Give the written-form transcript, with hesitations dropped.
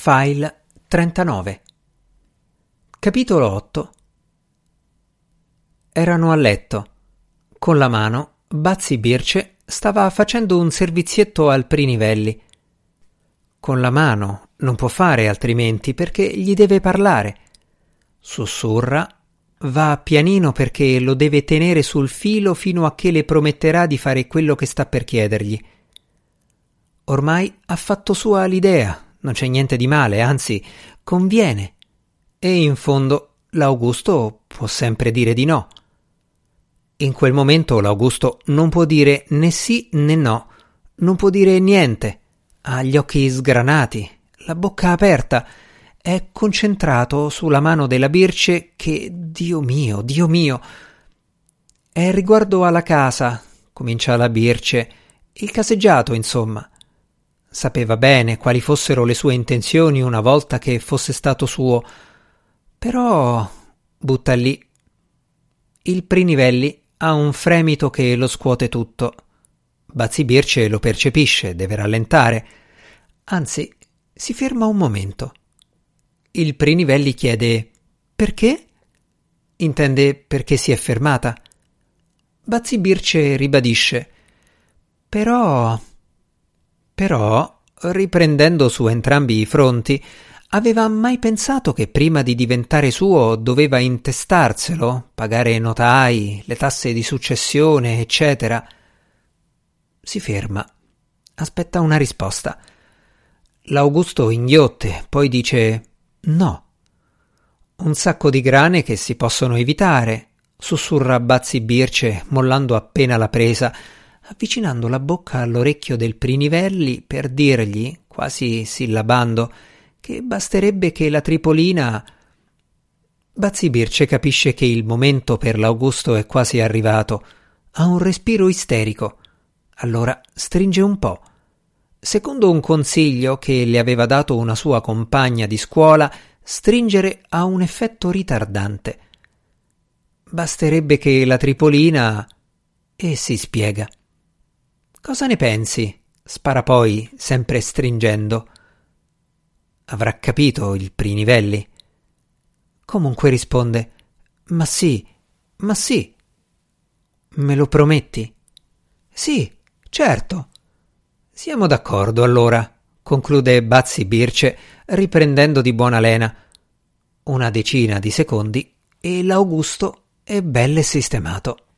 File 39. Capitolo 8. Erano a letto. Con la mano, Bazzi Birce stava facendo un servizietto al Prinivelli. Con la mano, non può fare altrimenti perché gli deve parlare. Sussurra, va pianino perché lo deve tenere sul filo fino a che le prometterà di fare quello che sta per chiedergli. Ormai ha fatto sua l'idea, non c'è niente di male, anzi, conviene. E in fondo l'Augusto può sempre dire di no. In quel momento l'Augusto non può dire né sì né no, non può dire niente. Ha gli occhi sgranati, la bocca aperta, è concentrato sulla mano della Birce che, Dio mio, è riguardo alla casa, comincia la Birce, il caseggiato, insomma. Sapeva bene quali fossero le sue intenzioni una volta che fosse stato suo, però butta lì. Il Prinivelli ha un fremito che lo scuote tutto. Bazzi Birce lo percepisce, deve rallentare. Anzi, si ferma un momento. Il Prinivelli chiede «Perché?» Intende perché si è fermata. Bazzi Birce ribadisce «Però, riprendendo su entrambi i fronti, aveva mai pensato che prima di diventare suo doveva intestarselo, pagare notai, le tasse di successione, eccetera?» Si ferma. Aspetta una risposta. L'Augusto inghiotte, poi dice «No». «Un sacco di grane che si possono evitare», sussurra Bazzi Birce, mollando appena la presa, avvicinando la bocca all'orecchio del Prinivelli per dirgli, quasi sillabando, che basterebbe che la tripolina... Bazzi Birce capisce che il momento per l'Augusto è quasi arrivato. Ha un respiro isterico. Allora stringe un po'. Secondo un consiglio che le aveva dato una sua compagna di scuola, stringere ha un effetto ritardante. Basterebbe che la tripolina... E si spiega. «Cosa ne pensi?» spara poi, sempre stringendo. Avrà capito il Prinivelli. Comunque risponde «Ma sì, ma sì». «Me lo prometti?» «Sì, certo». «Siamo d'accordo allora», conclude Bazzi Birce, riprendendo di buona lena. Una decina di secondi e l'Augusto è belle sistemato.